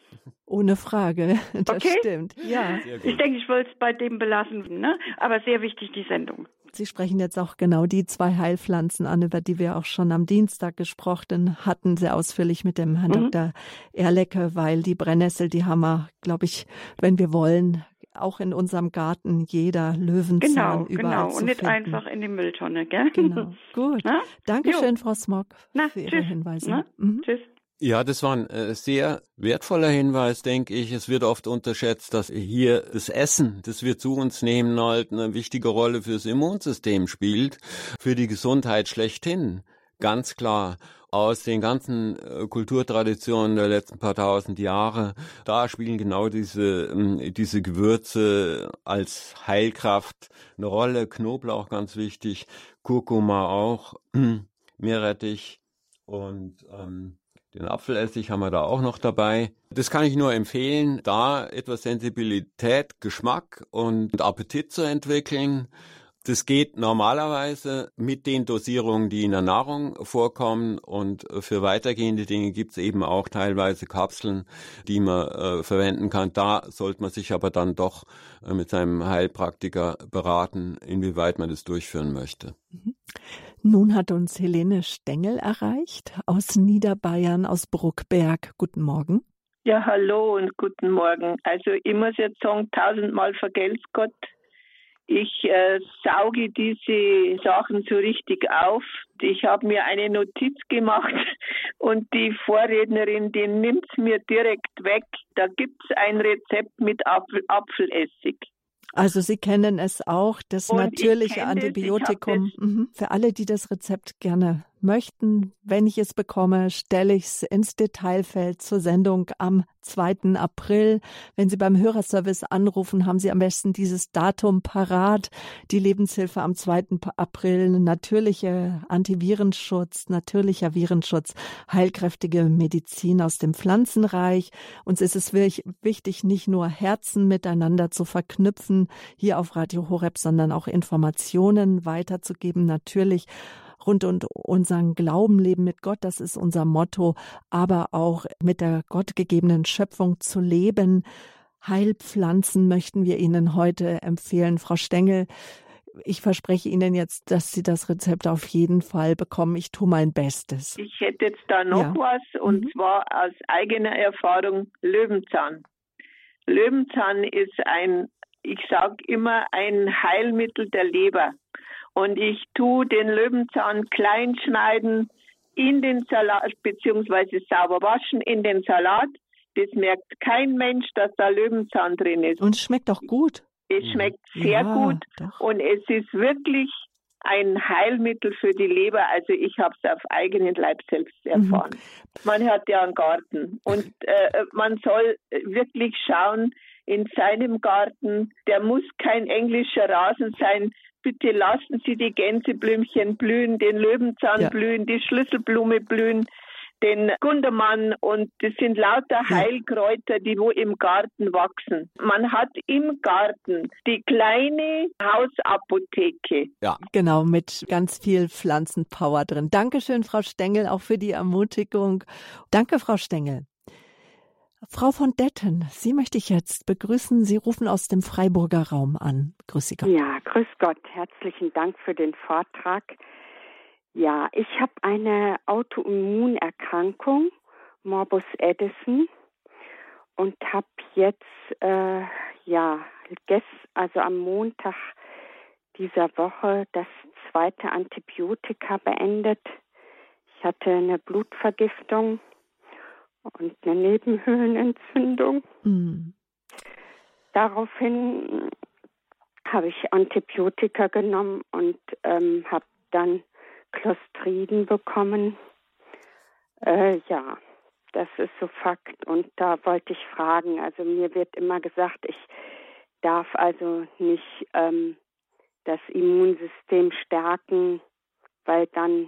Ohne Frage, das okay? stimmt. Ja. Ich denke, ich wollte es bei dem belassen, ne? Aber sehr wichtig, die Sendung. Sie sprechen jetzt auch genau die zwei Heilpflanzen an, über die wir auch schon am Dienstag gesprochen hatten, sehr ausführlich mit dem Herrn mhm. Doktor Erlecke, weil die Brennnessel, die haben wir, glaube ich, wenn wir wollen, auch in unserem Garten, jeder Löwenzahn genau, überall genau. zu Und nicht finden. Einfach in die Mülltonne, gell? Genau, gut. Na? Dankeschön, jo. Frau Smok, Na, für Ihre tschüss. Hinweise. Mhm. Tschüss. Ja, das war ein äh, sehr wertvoller Hinweis, denke ich. Es wird oft unterschätzt, dass hier das Essen, das wir zu uns nehmen, halt eine wichtige Rolle fürs Immunsystem spielt, für die Gesundheit schlechthin. Ganz klar. Aus den ganzen äh, Kulturtraditionen der letzten paar tausend Jahre, da spielen genau diese, äh, diese Gewürze als Heilkraft eine Rolle. Knoblauch ganz wichtig, Kurkuma auch, Meerrettich und ähm, den Apfelessig haben wir da auch noch dabei. Das kann ich nur empfehlen, da etwas Sensibilität, Geschmack und Appetit zu entwickeln. Das geht normalerweise mit den Dosierungen, die in der Nahrung vorkommen, und für weitergehende Dinge gibt es eben auch teilweise Kapseln, die man äh, verwenden kann. Da sollte man sich aber dann doch äh, mit seinem Heilpraktiker beraten, inwieweit man das durchführen möchte. Mhm. Nun hat uns Helene Stengel erreicht aus Niederbayern, aus Bruckberg. Guten Morgen. Ja, hallo und guten Morgen. Also ich muss jetzt sagen, tausendmal vergelt's Gott. Ich äh, sauge diese Sachen so richtig auf. Ich habe mir eine Notiz gemacht und die Vorrednerin, die nimmt's mir direkt weg. Da gibt's ein Rezept mit Apfel, Apfelessig. Also Sie kennen es auch, das und natürliche Antibiotikum. Mhm. Für alle, die das Rezept gerne möchten, wenn ich es bekomme, stelle ich es ins Detailfeld zur Sendung am zweiten April. Wenn Sie beim Hörerservice anrufen, haben Sie am besten dieses Datum parat. Die Lebenshilfe am zweiten April, natürliche Antivirenschutz, natürlicher Virenschutz, heilkräftige Medizin aus dem Pflanzenreich. Uns ist es wirklich wichtig, nicht nur Herzen miteinander zu verknüpfen, hier auf Radio Horeb, sondern auch Informationen weiterzugeben, natürlich rund um unseren Glaubenleben mit Gott, das ist unser Motto, aber auch mit der gottgegebenen Schöpfung zu leben. Heilpflanzen möchten wir Ihnen heute empfehlen. Frau Stengel, ich verspreche Ihnen jetzt, dass Sie das Rezept auf jeden Fall bekommen. Ich tue mein Bestes. Ich hätte jetzt da noch Ja. was, und Mhm. zwar aus eigener Erfahrung Löwenzahn. Löwenzahn ist ein, ich sage immer, ein Heilmittel der Leber. Und ich tue den Löwenzahn klein schneiden, in den Salat, beziehungsweise sauber waschen, in den Salat. Das merkt kein Mensch, dass da Löwenzahn drin ist. Und es schmeckt auch gut. Es schmeckt sehr Ja, gut doch. und es ist wirklich ein Heilmittel für die Leber. Also ich habe es auf eigenen Leib selbst erfahren. Mhm. Man hat ja einen Garten und äh, man soll wirklich schauen, in seinem Garten, der muss kein englischer Rasen sein. Bitte lassen Sie die Gänseblümchen blühen, den Löwenzahn ja. blühen, die Schlüsselblume blühen, den Gundermann, und das sind lauter Heilkräuter, die wo im Garten wachsen. Man hat im Garten die kleine Hausapotheke. Ja, genau, mit ganz viel Pflanzenpower drin. Dankeschön, Frau Stengel, auch für die Ermutigung. Danke, Frau Stengel. Frau von Detten, Sie möchte ich jetzt begrüßen. Sie rufen aus dem Freiburger Raum an. Grüß Sie Gott. Ja, grüß Gott. Herzlichen Dank für den Vortrag. Ja, ich habe eine Autoimmunerkrankung, Morbus Addison, und habe jetzt, äh, ja, gest, also am Montag dieser Woche das zweite Antibiotika beendet. Ich hatte eine Blutvergiftung und eine Nebenhöhlenentzündung. Mhm. Daraufhin habe ich Antibiotika genommen und ähm, habe dann Clostriden bekommen. Äh, ja, das ist so Fakt. Und da wollte ich fragen, also mir wird immer gesagt, ich darf also nicht ähm, das Immunsystem stärken, weil dann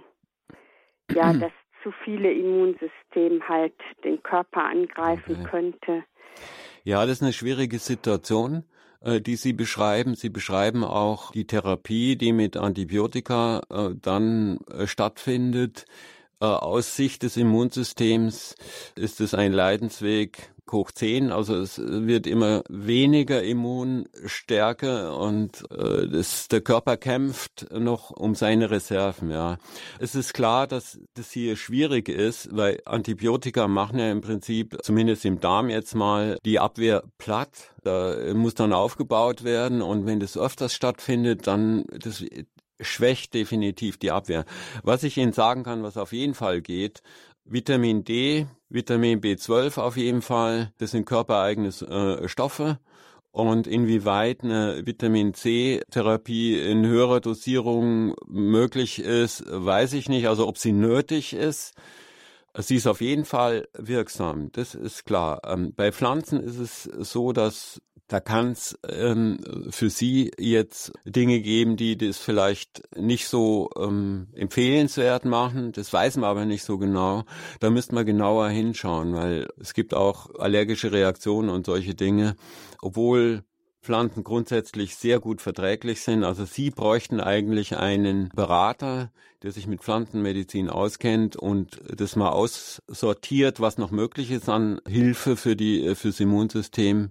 ja das zu viele Immunsystem halt den Körper angreifen okay. könnte. Ja, das ist eine schwierige Situation, die Sie beschreiben. Sie beschreiben auch die Therapie, die mit Antibiotika äh, dann äh, stattfindet. Äh, aus Sicht des Immunsystems ist es ein Leidensweg hoch zehn. Also es wird immer weniger Immunstärke und äh, das, der Körper kämpft noch um seine Reserven. Ja, es ist klar, dass das hier schwierig ist, weil Antibiotika machen ja im Prinzip, zumindest im Darm jetzt mal, die Abwehr platt. Da muss dann aufgebaut werden, und wenn das öfters stattfindet, dann das schwächt definitiv die Abwehr. Was ich Ihnen sagen kann, was auf jeden Fall geht: Vitamin D, Vitamin B zwölf auf jeden Fall, das sind körpereigene äh, Stoffe. Und inwieweit eine Vitamin-C-Therapie in höherer Dosierung möglich ist, weiß ich nicht. Also ob sie nötig ist. Sie ist auf jeden Fall wirksam, das ist klar. Ähm, bei Pflanzen ist es so, dass da kann es ähm, für Sie jetzt Dinge geben, die das vielleicht nicht so ähm, empfehlenswert machen. Das weiß man aber nicht so genau. Da müsste man genauer hinschauen, weil es gibt auch allergische Reaktionen und solche Dinge, obwohl Pflanzen grundsätzlich sehr gut verträglich sind. Also Sie bräuchten eigentlich einen Berater, der sich mit Pflanzenmedizin auskennt und das mal aussortiert, was noch möglich ist an Hilfe für die fürs Immunsystem.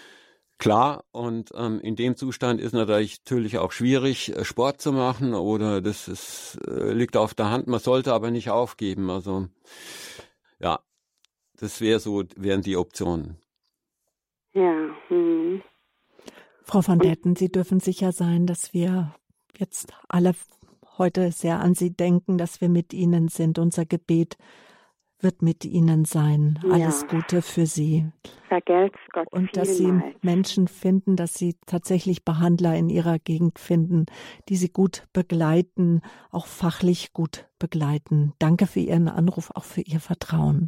Klar, und ähm, in dem Zustand ist natürlich auch schwierig, Sport zu machen, oder das ist, äh, liegt auf der Hand. Man sollte aber nicht aufgeben. Also ja, das wäre so, wären die Optionen. Ja. Hm. Frau van Detten, Sie dürfen sicher sein, dass wir jetzt alle heute sehr an Sie denken, dass wir mit Ihnen sind. Unser Gebet wird mit Ihnen sein. Ja. Alles Gute für Sie. Vergelt's Gott Und dass Sie vielmals. Menschen finden, dass Sie tatsächlich Behandler in Ihrer Gegend finden, die Sie gut begleiten, auch fachlich gut begleiten. Danke für Ihren Anruf, auch für Ihr Vertrauen.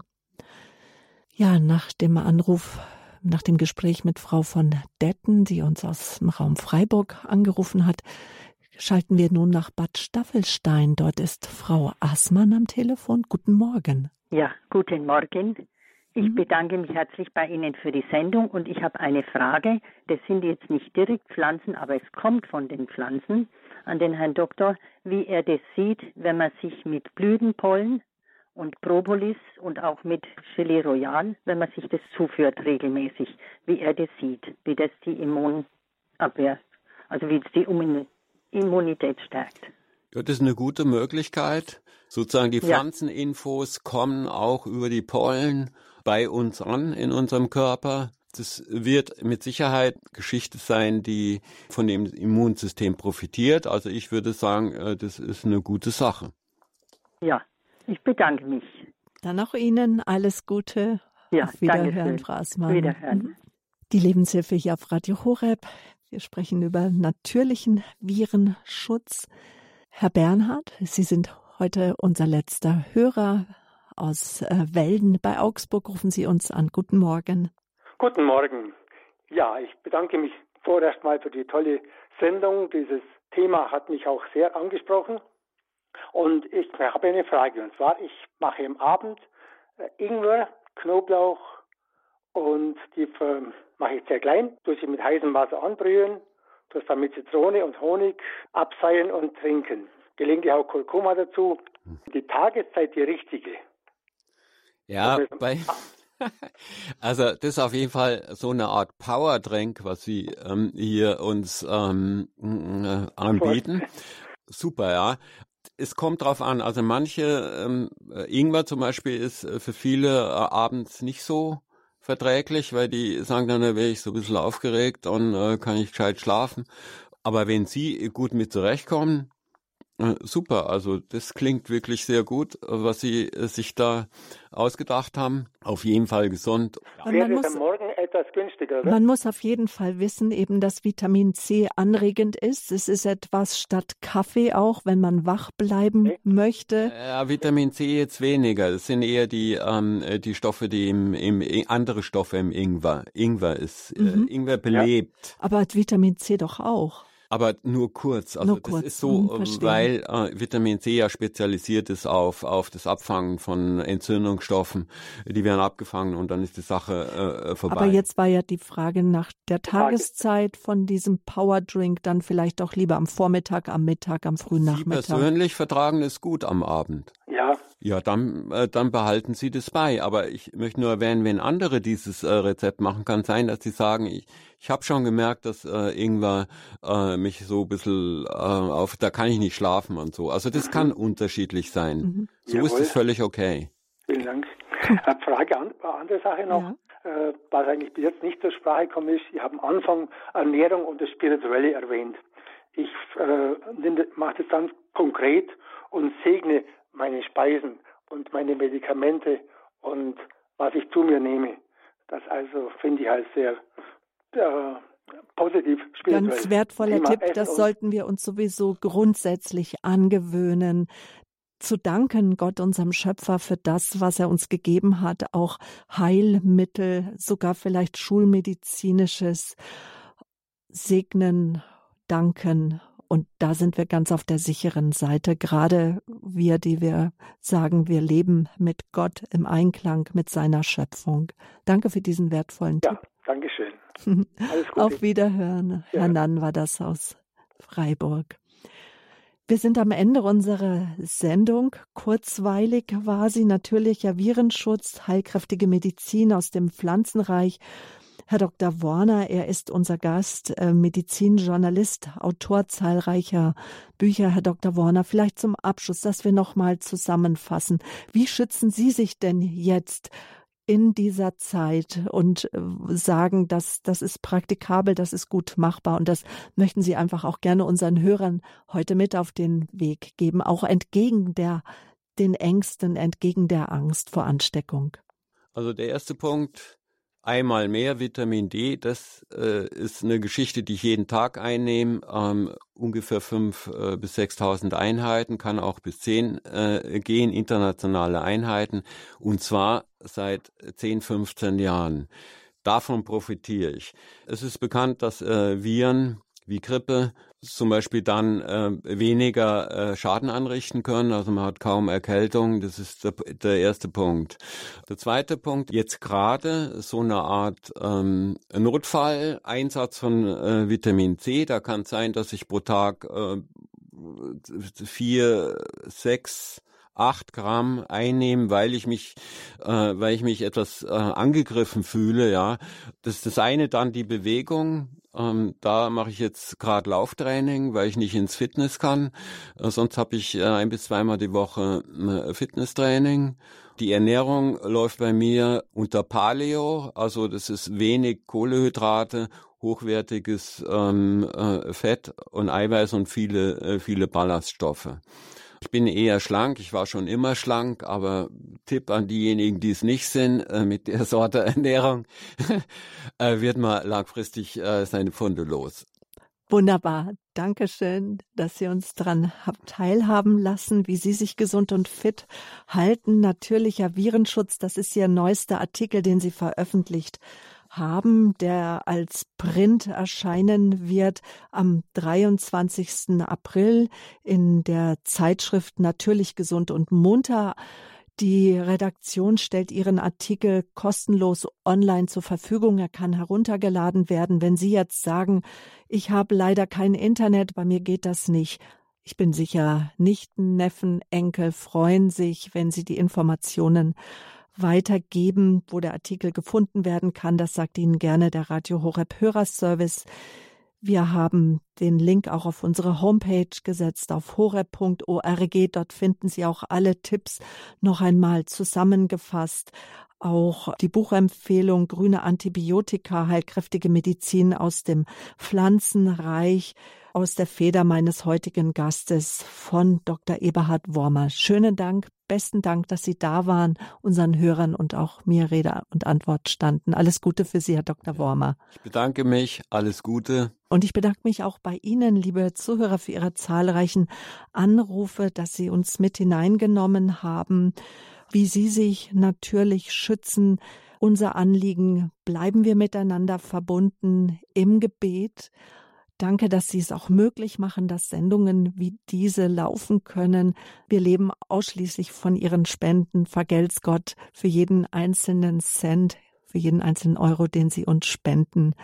Ja, nach dem Anruf, nach dem Gespräch mit Frau von Detten, die uns aus dem Raum Freiburg angerufen hat, schalten wir nun nach Bad Staffelstein. Dort ist Frau Assmann am Telefon. Guten Morgen. Ja, guten Morgen. Ich bedanke mich herzlich bei Ihnen für die Sendung, und ich habe eine Frage. Das sind jetzt nicht direkt Pflanzen, aber es kommt von den Pflanzen, an den Herrn Doktor, wie er das sieht, wenn man sich mit Blütenpollen und Propolis und auch mit Gelee Royal, wenn man sich das zuführt regelmäßig, wie er das sieht, wie das die Immunabwehr, also wie es die Immunität stärkt. Ja, das ist eine gute Möglichkeit. Sozusagen die Pflanzeninfos kommen auch über die Pollen bei uns an in unserem Körper. Das wird mit Sicherheit Geschichte sein, die von dem Immunsystem profitiert. Also ich würde sagen, das ist eine gute Sache. Ja, ich bedanke mich. Dann auch Ihnen alles Gute. Ja, auf Wiederhören, Frau Assmann. Wiederhören. Die Lebenshilfe hier auf Radio Horeb. Wir sprechen über natürlichen Virenschutz. Herr Bernhard, Sie sind heute unser letzter Hörer aus äh, Welden bei Augsburg. Rufen Sie uns an. Guten Morgen. Guten Morgen. Ja, ich bedanke mich vorerst mal für die tolle Sendung. Dieses Thema hat mich auch sehr angesprochen. Und ich habe eine Frage. Und zwar, ich mache am Abend äh, Ingwer, Knoblauch und die äh, mache ich sehr klein, tue sie mit heißem Wasser anbrühen, tue es dann mit Zitrone und Honig abseilen und trinken. Gelegentlich auch Kurkuma dazu. Die Tageszeit die richtige. Ja, bei, also das ist auf jeden Fall so eine Art Powerdrink, was Sie ähm, hier uns ähm, äh, anbieten. Super, ja. Es kommt drauf an, also manche, ähm, Ingwer zum Beispiel ist für viele äh, abends nicht so verträglich, weil die sagen dann, da wäre ich so ein bisschen aufgeregt und äh, kann ich gescheit schlafen. Aber wenn Sie gut mit zurechtkommen, äh, super, also das klingt wirklich sehr gut, was Sie äh, sich da ausgedacht haben. Auf jeden Fall gesund. Wäre es am Morgen etwas günstiger, oder? Man muss auf jeden Fall wissen, eben, dass Vitamin C anregend ist. Es ist etwas statt Kaffee auch, wenn man wach bleiben okay. möchte. Ja, Vitamin C jetzt weniger. Das sind eher die ähm, die Stoffe, die im, im andere Stoffe im Ingwer. Ingwer ist mhm. äh, Ingwer belebt. Ja. Aber Vitamin C doch auch. Aber nur kurz. Also nur das kurz. ist so, hm, weil äh, Vitamin C ja spezialisiert ist auf auf das Abfangen von Entzündungsstoffen. Die werden abgefangen und dann ist die Sache äh, vorbei. Aber jetzt war ja die Frage nach der Tageszeit von diesem Powerdrink, dann vielleicht auch lieber am Vormittag, am Mittag, am frühen Nachmittag. Sie persönlich vertragen es gut am Abend. Ja. Ja, dann, äh, dann behalten Sie das bei. Aber ich möchte nur erwähnen, wenn andere dieses äh, Rezept machen, kann sein, dass sie sagen, ich, ich habe schon gemerkt, dass äh, Ingwer äh, mich so ein bisschen äh, auf, da kann ich nicht schlafen und so. Also das mhm. kann unterschiedlich sein. Mhm. So Jawohl. Ist es völlig okay. Vielen Dank. Eine Frage an eine andere Sache noch, ja. äh, was eigentlich bis jetzt nicht zur Sprache gekommen ist. Ich habe am Anfang Ernährung und das Spirituelle erwähnt. Ich äh, mache das ganz konkret und segne meine Speisen und meine Medikamente und was ich zu mir nehme. Das also finde ich halt sehr äh, positiv spirituell. Ganz wertvoller Thema Tipp, Essen das sollten wir uns sowieso grundsätzlich angewöhnen, zu danken Gott, unserem Schöpfer, für das, was er uns gegeben hat, auch Heilmittel, sogar vielleicht schulmedizinisches Segnen, danken. Und da sind wir ganz auf der sicheren Seite, gerade wir, die wir sagen, wir leben mit Gott im Einklang mit seiner Schöpfung. Danke für diesen wertvollen ja, Tipp. Ja, danke schön. Alles Gute. Auf Wiederhören. Ja. Herr Nann war das aus Freiburg. Wir sind am Ende unserer Sendung. Kurzweilig war sie, natürlicher Virenschutz, heilkräftige Medizin aus dem Pflanzenreich. Herr Doktor Worner, er ist unser Gast, äh, Medizinjournalist, Autor zahlreicher Bücher. Herr Doktor Worner, vielleicht zum Abschluss, dass wir nochmal zusammenfassen. Wie schützen Sie sich denn jetzt in dieser Zeit und äh, sagen, dass das ist praktikabel, das ist gut machbar und das möchten Sie einfach auch gerne unseren Hörern heute mit auf den Weg geben, auch entgegen der, den Ängsten, entgegen der Angst vor Ansteckung? Also der erste Punkt, einmal mehr Vitamin D, das äh, ist eine Geschichte, die ich jeden Tag einnehme, ähm, ungefähr fünftausend äh, bis sechstausend Einheiten, kann auch bis zehn äh, gehen, internationale Einheiten, und zwar seit zehn, fünfzehn Jahren. Davon profitiere ich. Es ist bekannt, dass äh, Viren wie Grippe zum Beispiel dann äh, weniger äh, Schaden anrichten können. Also man hat kaum Erkältung. Das ist der, der erste Punkt. Der zweite Punkt, jetzt gerade so eine Art ähm, Notfalleinsatz von äh, Vitamin C. Da kann es sein, dass ich pro Tag äh, vier, sechs acht Gramm einnehmen, weil ich mich, äh, weil ich mich etwas äh, angegriffen fühle. Ja, das ist das eine. Dann die Bewegung. Ähm, da mache ich jetzt gerade Lauftraining, weil ich nicht ins Fitness kann. Äh, sonst habe ich äh, ein bis zweimal die Woche äh, Fitnesstraining. Die Ernährung läuft bei mir unter Paleo, also das ist wenig Kohlenhydrate, hochwertiges ähm, äh, Fett und Eiweiß und viele äh, viele Ballaststoffe. Ich bin eher schlank, ich war schon immer schlank, aber Tipp an diejenigen, die es nicht sind, äh, mit der Sorte Ernährung äh, wird man langfristig äh, seine Pfunde los. Wunderbar. Dankeschön, dass Sie uns daran teilhaben lassen, wie Sie sich gesund und fit halten. Natürlicher Virenschutz, das ist Ihr neuester Artikel, den Sie veröffentlicht haben, der als Print erscheinen wird am dreiundzwanzigsten April in der Zeitschrift Natürlich gesund und munter. Die Redaktion stellt Ihren Artikel kostenlos online zur Verfügung. Er kann heruntergeladen werden. Wenn Sie jetzt sagen, ich habe leider kein Internet, bei mir geht das nicht. Ich bin sicher, Nichten, Neffen, Enkel freuen sich, wenn Sie die Informationen weitergeben, wo der Artikel gefunden werden kann. Das sagt Ihnen gerne der Radio Horeb Hörerservice. Wir haben den Link auch auf unsere Homepage gesetzt, auf horeb punkt org. Dort finden Sie auch alle Tipps noch einmal zusammengefasst. Auch die Buchempfehlung Grüne Antibiotika, heilkräftige Medizin aus dem Pflanzenreich, aus der Feder meines heutigen Gastes von Doktor Eberhard Wormer. Schönen Dank, besten Dank, dass Sie da waren, unseren Hörern und auch mir Rede und Antwort standen. Alles Gute für Sie, Herr Doktor Wormer. Ich bedanke mich, alles Gute. Und ich bedanke mich auch bei Ihnen, liebe Zuhörer, für Ihre zahlreichen Anrufe, dass Sie uns mit hineingenommen haben, wie Sie sich natürlich schützen. Unser Anliegen, bleiben wir miteinander verbunden im Gebet. Danke, dass Sie es auch möglich machen, dass Sendungen wie diese laufen können. Wir leben ausschließlich von Ihren Spenden. Vergelt's Gott für jeden einzelnen Cent, für jeden einzelnen Euro, den Sie uns spenden.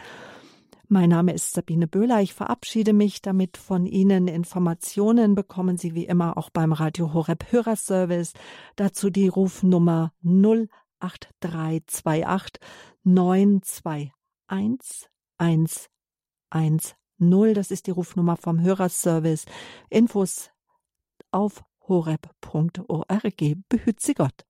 Mein Name ist Sabine Böhler. Ich verabschiede mich damit von Ihnen. Informationen bekommen Sie wie immer auch beim Radio Horeb Hörerservice. Dazu die Rufnummer null acht drei zwei acht neun zwei eins eins eins null. Das ist die Rufnummer vom Hörerservice. Infos auf horeb punkt org. Behüt Sie Gott.